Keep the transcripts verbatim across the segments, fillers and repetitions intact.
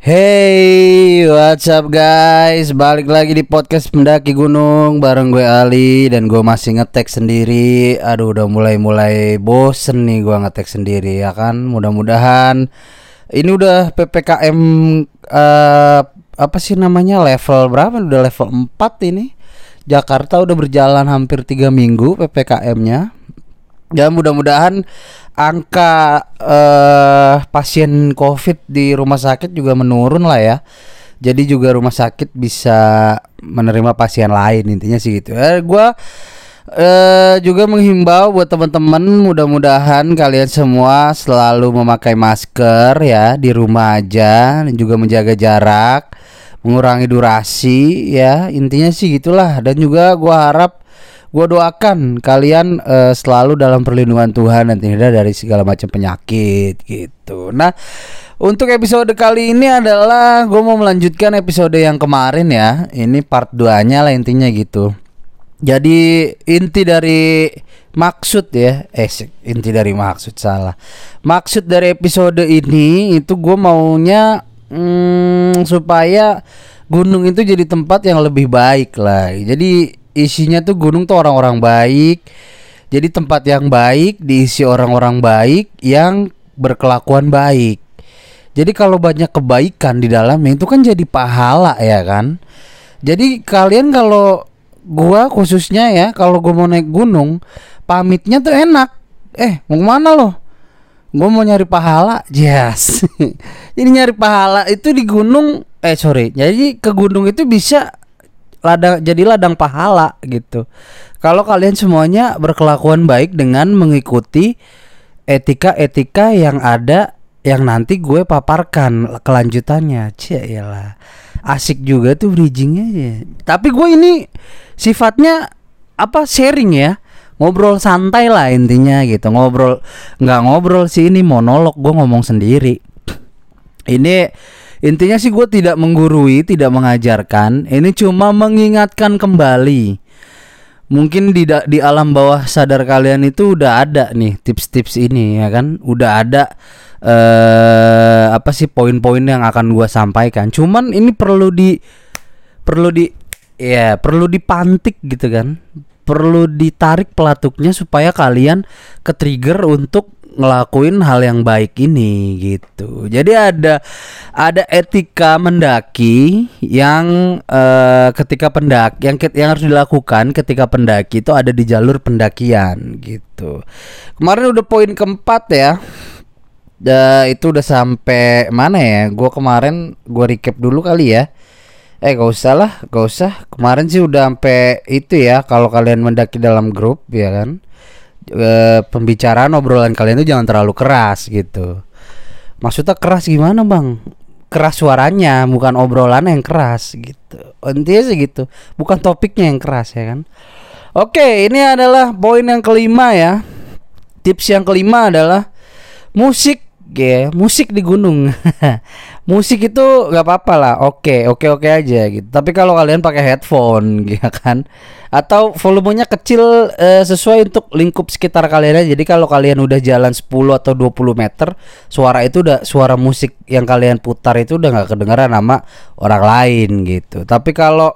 Hey, what's up guys? Balik lagi di podcast Pendaki Gunung bareng gue Ali dan gue masih ngetek sendiri. Aduh, udah mulai-mulai bosen nih gue ngetek sendiri ya kan. Mudah-mudahan ini udah P P K M uh, apa sih namanya, level berapa? Udah level empat ini. Jakarta udah berjalan hampir tiga minggu P P K M-nya. Ya mudah-mudahan angka uh, pasien COVID di rumah sakit juga menurun lah ya. Jadi juga rumah sakit bisa menerima pasien lain, intinya sih gitu. Eh, gue uh, juga menghimbau buat teman-teman, mudah-mudahan kalian semua selalu memakai masker ya di rumah aja dan juga menjaga jarak, mengurangi durasi ya. Intinya sih gitulah. Dan juga gue harap, gue doakan kalian uh, selalu dalam perlindungan Tuhan dan terhindar dari segala macam penyakit gitu. Nah, untuk episode kali ini adalah gue mau melanjutkan episode yang kemarin ya. Ini part dua-nya lah intinya gitu. Jadi inti dari maksud ya, eh inti dari maksud salah. Maksud dari episode ini itu gue maunya hmm, supaya gunung itu jadi tempat yang lebih baik lah. Jadi isinya tuh gunung tuh orang-orang baik. Jadi tempat yang baik diisi orang-orang baik yang berkelakuan baik. Jadi kalau banyak kebaikan di dalamnya itu kan jadi pahala ya kan. Jadi kalian kalau gua khususnya ya, kalau gua mau naik gunung, pamitnya tuh enak. Eh, mau kemana lo? Gua mau nyari pahala. Yes. Jadi nyari pahala itu di gunung. Eh sorry. Jadi ke gunung itu bisa ladang, jadi ladang pahala gitu. Kalau kalian semuanya berkelakuan baik dengan mengikuti etika-etika yang ada, yang nanti gue paparkan kelanjutannya. Cialah, asik juga tuh bridgingnya ya. Tapi gue ini sifatnya apa, sharing ya, ngobrol santai lah intinya gitu. Ngobrol, nggak ngobrol sih, ini monolog, gue ngomong sendiri. Ini intinya sih gue tidak menggurui, tidak mengajarkan. Ini cuma mengingatkan kembali. Mungkin di di alam bawah sadar kalian itu udah ada nih tips-tips ini ya kan. Udah ada eh, apa sih poin-poin yang akan gue sampaikan. Cuman ini perlu di perlu di ya perlu dipantik gitu kan. Perlu ditarik pelatuknya supaya kalian ke-trigger untuk ngelakuin hal yang baik ini gitu. Jadi ada ada etika mendaki yang uh, ketika pendaki yang yang harus dilakukan ketika pendaki itu ada di jalur pendakian gitu. Kemarin udah poin keempat ya. Da, itu udah sampai mana ya? Gua kemarin gua recap dulu kali ya. Eh gak usah lah, gak usah. Kemarin sih udah sampai itu ya, kalau kalian mendaki dalam grup ya kan. E, pembicaraan obrolan kalian itu jangan terlalu keras gitu. Maksudnya keras gimana bang? Keras suaranya, bukan obrolan yang keras gitu. Intinya sih gitu, bukan topiknya yang keras ya kan. Oke, ini adalah poin yang kelima ya. Tips yang kelima adalah musik ya, musik di gunung. Musik itu nggak apa-apa lah, oke oke oke aja gitu. Tapi kalau kalian pakai headphone ya kan, atau volumenya kecil eh, sesuai untuk lingkup sekitar kalian aja. Jadi kalau kalian udah jalan sepuluh atau dua puluh meter, suara itu udah, suara musik yang kalian putar itu udah nggak kedengeran sama orang lain gitu. Tapi kalau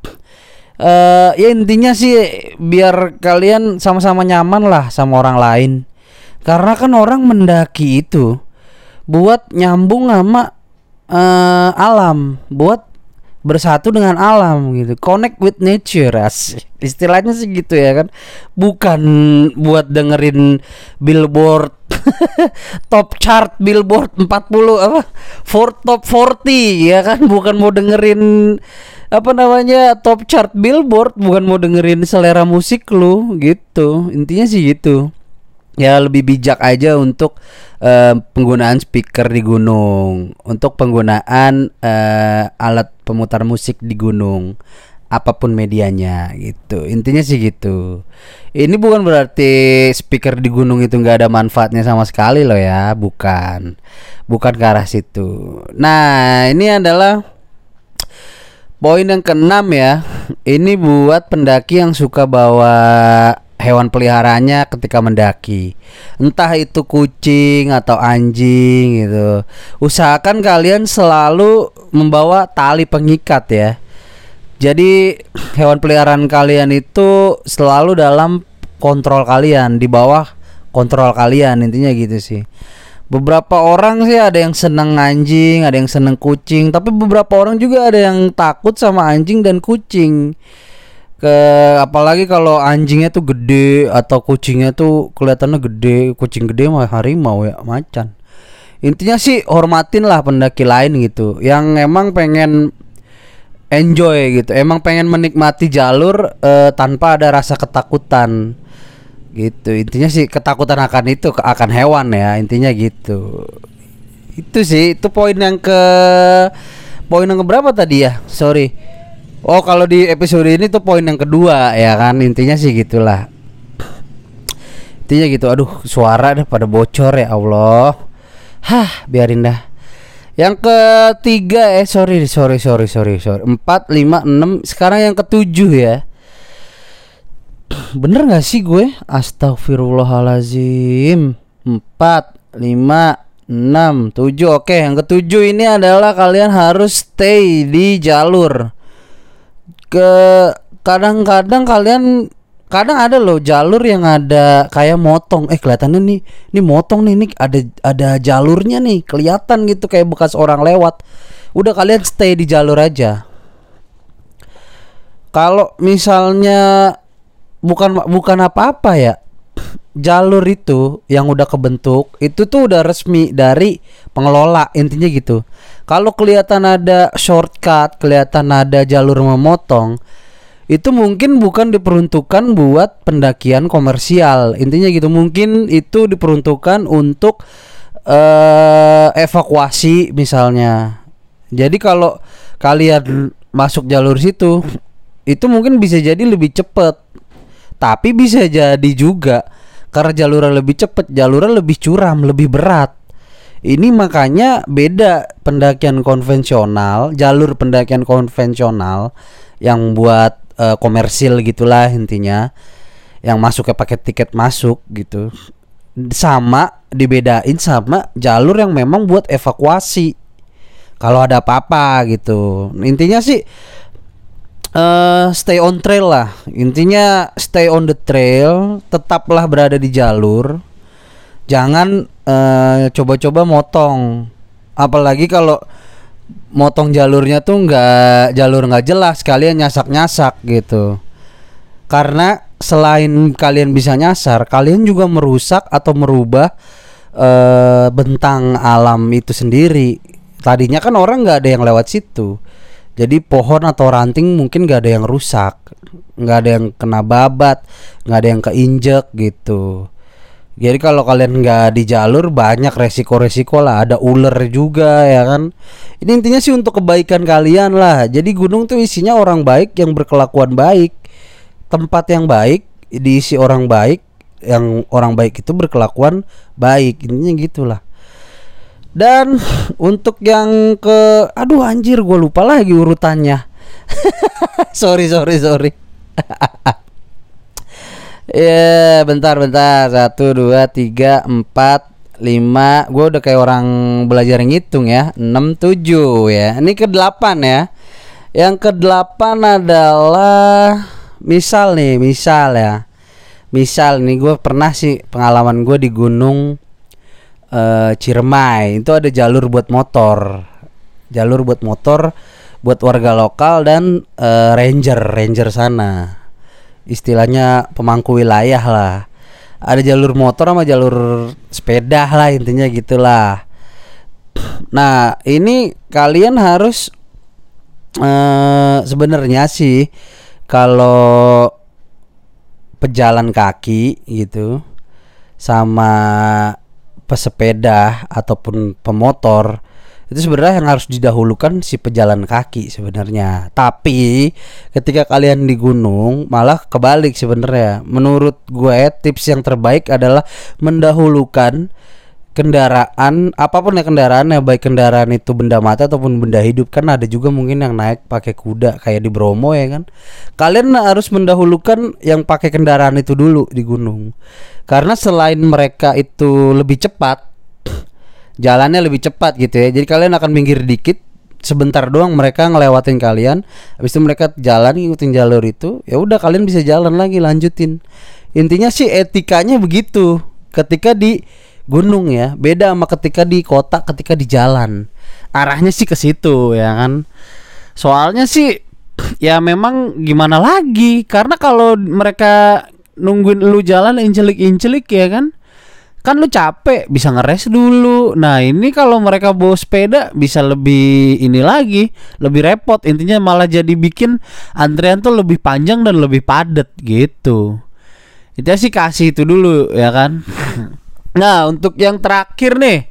eh, ya intinya sih biar kalian sama-sama nyaman lah sama orang lain. Karena kan orang mendaki itu buat nyambung sama uh, alam, buat bersatu dengan alam gitu, connect with nature, asik. Istilahnya sih gitu ya kan, bukan buat dengerin billboard top chart billboard empat puluh apa for top empat puluh ya kan, bukan mau dengerin apa namanya top chart billboard, bukan mau dengerin selera musik lu gitu. Intinya sih gitu. Ya lebih bijak aja untuk uh, penggunaan speaker di gunung, untuk penggunaan uh, alat pemutar musik di gunung, apapun medianya gitu. Intinya sih gitu. Ini bukan berarti speaker di gunung itu nggak ada manfaatnya sama sekali loh ya, bukan, bukan ke arah situ. Nah ini adalah poin yang keenam ya. Ini buat pendaki yang suka bawa hewan peliharaannya ketika mendaki. Entah itu kucing atau anjing gitu. Usahakan kalian selalu membawa tali pengikat ya. Jadi hewan peliharaan kalian itu selalu dalam kontrol kalian, di bawah kontrol kalian, intinya gitu sih. Beberapa orang sih ada yang seneng anjing, ada yang seneng kucing, tapi beberapa orang juga ada yang takut sama anjing dan kucing. Ke apalagi kalau anjingnya tuh gede atau kucingnya tuh kelihatannya gede, kucing gede mah harimau ya, macan. Intinya sih hormatin lah pendaki lain gitu, yang emang pengen enjoy gitu, emang pengen menikmati jalur uh, tanpa ada rasa ketakutan. Gitu, intinya sih ketakutan akan itu, akan hewan ya, intinya gitu. Itu sih, itu poin yang ke poin yang keberapa tadi ya, sorry. Oh, kalau di episode ini tuh poin yang kedua ya kan, intinya sih gitulah. Intinya gitu. Aduh, suara deh pada bocor ya Allah. Hah, biarin dah. Yang ketiga eh sorry sorry sorry sorry sorry empat, lima, enam, sekarang yang ketujuh ya. Bener gak sih gue? Astagfirullahalazim. Empat, lima, enam, tujuh. Oke, yang ketujuh ini adalah kalian harus stay di jalur. Ke kadang-kadang kalian kadang ada loh jalur yang ada kayak motong. Eh kelihatannya nih, ini motong nih, nih ada ada jalurnya nih, kelihatan gitu kayak bekas orang lewat. Udah, kalian stay di jalur aja. Kalau misalnya bukan bukan apa-apa ya, jalur itu yang udah kebentuk itu tuh udah resmi dari pengelola, intinya gitu. Kalau kelihatan ada shortcut, kelihatan ada jalur memotong, itu mungkin bukan diperuntukkan buat pendakian komersial, intinya gitu. Mungkin itu diperuntukkan untuk uh, evakuasi misalnya. Jadi kalau kalian masuk jalur situ, itu mungkin bisa jadi lebih cepat. Tapi bisa jadi juga karena jalurnya lebih cepat, jalurnya lebih curam, lebih berat. Ini makanya beda pendakian konvensional, jalur pendakian konvensional yang buat uh, komersil gitulah intinya, yang masuknya pakai tiket masuk gitu, sama dibedain sama jalur yang memang buat evakuasi kalau ada apa-apa gitu. Intinya sih Uh, stay on trail lah, intinya stay on the trail, tetaplah berada di jalur, jangan uh, coba-coba motong, apalagi kalau motong jalurnya tuh nggak jalur nggak jelas, kalian nyasak-nyasak gitu. Karena selain kalian bisa nyasar, kalian juga merusak atau merubah uh, bentang alam itu sendiri. Tadinya kan orang nggak ada yang lewat situ. Jadi pohon atau ranting mungkin gak ada yang rusak, gak ada yang kena babat, gak ada yang keinjek gitu. Jadi kalau kalian gak di jalur, banyak resiko-resiko lah. Ada ular juga ya kan. Ini intinya sih untuk kebaikan kalian lah. Jadi gunung tuh isinya orang baik yang berkelakuan baik. Tempat yang baik diisi orang baik, yang orang baik itu berkelakuan baik. Intinya gitulah. Dan untuk yang ke, aduh anjir gue lupa lagi urutannya. sorry sorry sorry. Ya yeah, bentar bentar satu dua tiga empat lima. Gue udah kayak orang belajar ngitung ya. Enam tujuh ya. Ini ke delapan ya. Yang ke delapan adalah misal nih, misal ya. Misal nih gue pernah sih pengalaman gue di gunung Uh, Ciremai. Itu ada jalur buat motor, jalur buat motor buat warga lokal dan uh, ranger ranger sana, istilahnya pemangku wilayah lah. Ada jalur motor sama jalur sepeda lah, intinya gitulah. Nah ini kalian harus uh, sebenarnya sih kalau pejalan kaki gitu sama pesepeda ataupun pemotor, itu sebenarnya yang harus didahulukan si pejalan kaki sebenarnya. Tapi ketika kalian di gunung malah kebalik sebenarnya. Menurut gue tips yang terbaik adalah mendahulukan kendaraan, apapun ya kendaraannya, baik kendaraan itu benda mati ataupun benda hidup, kan ada juga mungkin yang naik pakai kuda kayak di Bromo ya kan. Kalian harus mendahulukan yang pakai kendaraan itu dulu di gunung. Karena selain mereka itu lebih cepat, jalannya lebih cepat gitu ya. Jadi kalian akan minggir dikit, sebentar doang mereka ngelewatin kalian. Habis itu mereka jalan ngikutin jalur itu, ya udah kalian bisa jalan lagi, lanjutin. Intinya sih etikanya begitu. Ketika di gunung ya, beda sama ketika di kota, ketika di jalan. Arahnya sih ke situ ya kan. Soalnya sih ya memang gimana lagi, karena kalau mereka nungguin lu jalan incelik-incelik ya kan, kan lu capek, bisa ngeres dulu. Nah ini kalau mereka bawa sepeda bisa lebih ini lagi, lebih repot. Intinya malah jadi bikin antrian tuh lebih panjang dan lebih padat gitu. Itu sih kasih itu dulu ya kan. Nah untuk yang terakhir nih,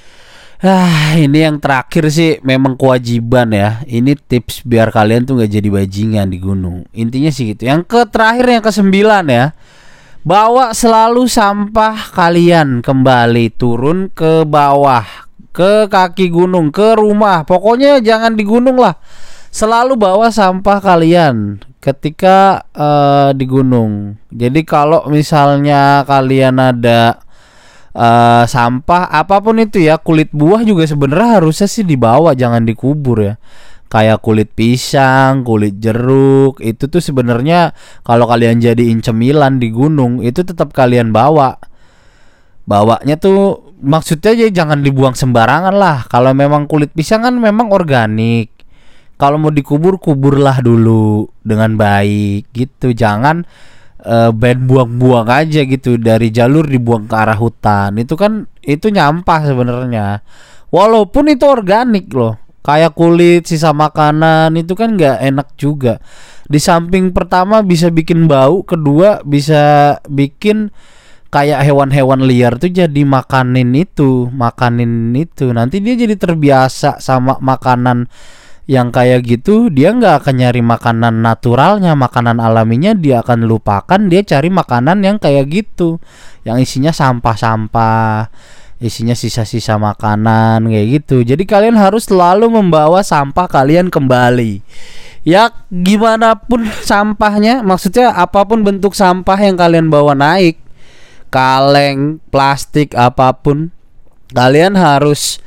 ah ini yang terakhir sih memang kewajiban ya. Ini tips biar kalian tuh nggak jadi bajingan di gunung. Intinya sih gitu. Yang ke terakhir, yang ke sembilan ya, bawa selalu sampah kalian kembali turun ke bawah, ke kaki gunung, ke rumah. Pokoknya jangan di gunung lah. Selalu bawa sampah kalian ketika uh, di gunung. Jadi kalau misalnya kalian ada Uh, sampah apapun itu ya, kulit buah juga sebenarnya harusnya sih dibawa, jangan dikubur ya. Kayak kulit pisang, kulit jeruk, itu tuh sebenarnya kalau kalian jadiin cemilan di gunung itu tetap kalian bawa. Bawanya tuh maksudnya ya jangan dibuang sembarangan lah. Kalau memang kulit pisang kan memang organik. Kalau mau dikubur, kuburlah dulu dengan baik gitu. Jangan Uh, band buang-buang aja gitu dari jalur dibuang ke arah hutan. Itu kan itu nyampah sebenarnya. Walaupun itu organik loh. Kayak kulit sisa makanan itu kan nggak enak juga. Di samping pertama bisa bikin bau, kedua bisa bikin kayak hewan-hewan liar tuh jadi makanin itu, makanin itu. Nanti dia jadi terbiasa sama makanan yang kayak gitu, dia nggak akan nyari makanan naturalnya, makanan alaminya dia akan lupakan. Dia cari makanan yang kayak gitu, yang isinya sampah-sampah, isinya sisa-sisa makanan kayak gitu. Jadi kalian harus selalu membawa sampah kalian kembali. Ya gimana pun sampahnya, maksudnya apapun bentuk sampah yang kalian bawa naik, kaleng, plastik, apapun, kalian harus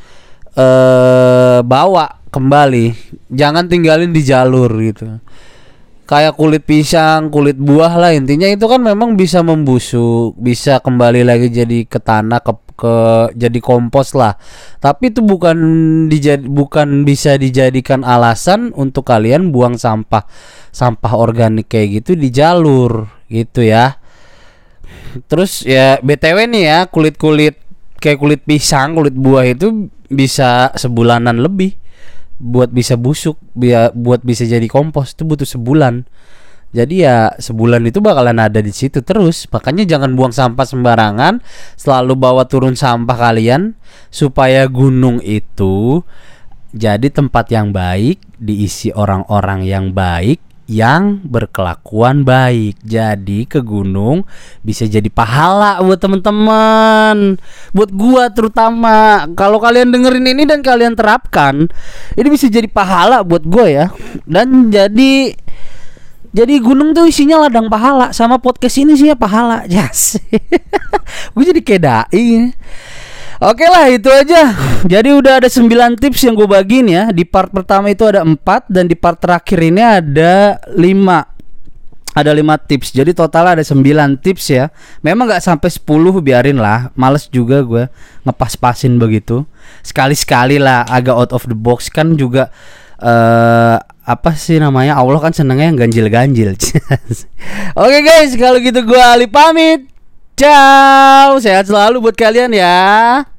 uh, bawa kembali, jangan tinggalin di jalur gitu. Kayak kulit pisang, kulit buah lah, intinya itu kan memang bisa membusuk, bisa kembali lagi jadi ke tanah, ke, ke jadi kompos lah. Tapi itu bukan dijad, bukan bisa dijadikan alasan untuk kalian buang sampah sampah organik kayak gitu di jalur gitu ya. Terus ya B T W nih ya, kulit-kulit kayak kulit pisang, kulit buah itu bisa sebulanan lebih buat bisa busuk, biar buat bisa jadi kompos itu butuh sebulan. Jadi ya sebulan itu bakalan ada di situ terus. Makanya jangan buang sampah sembarangan, selalu bawa turun sampah kalian supaya gunung itu jadi tempat yang baik, diisi orang-orang yang baik, yang berkelakuan baik. Jadi ke gunung bisa jadi pahala buat teman-teman, buat gua terutama. Kalau kalian dengerin ini dan kalian terapkan, ini bisa jadi pahala buat gua ya. Dan jadi jadi gunung tuh isinya ladang pahala, sama podcast ini sih ya pahala. Yes. Gue jadi kayak dai. Oke lah itu aja. Jadi udah ada sembilan tips yang gue bagiin ya. Di part pertama itu ada empat, dan di part terakhir ini ada lima. Ada lima tips. Jadi total ada sembilan tips ya. Memang gak sampai sepuluh, biarin lah. Males juga gue ngepas-pasin begitu. Sekali-sekali lah agak out of the box kan juga. uh, Apa sih namanya, Allah kan senengnya yang ganjil-ganjil. Oke guys, kalau gitu gue Ali pamit. Ciao. Sehat selalu buat kalian ya.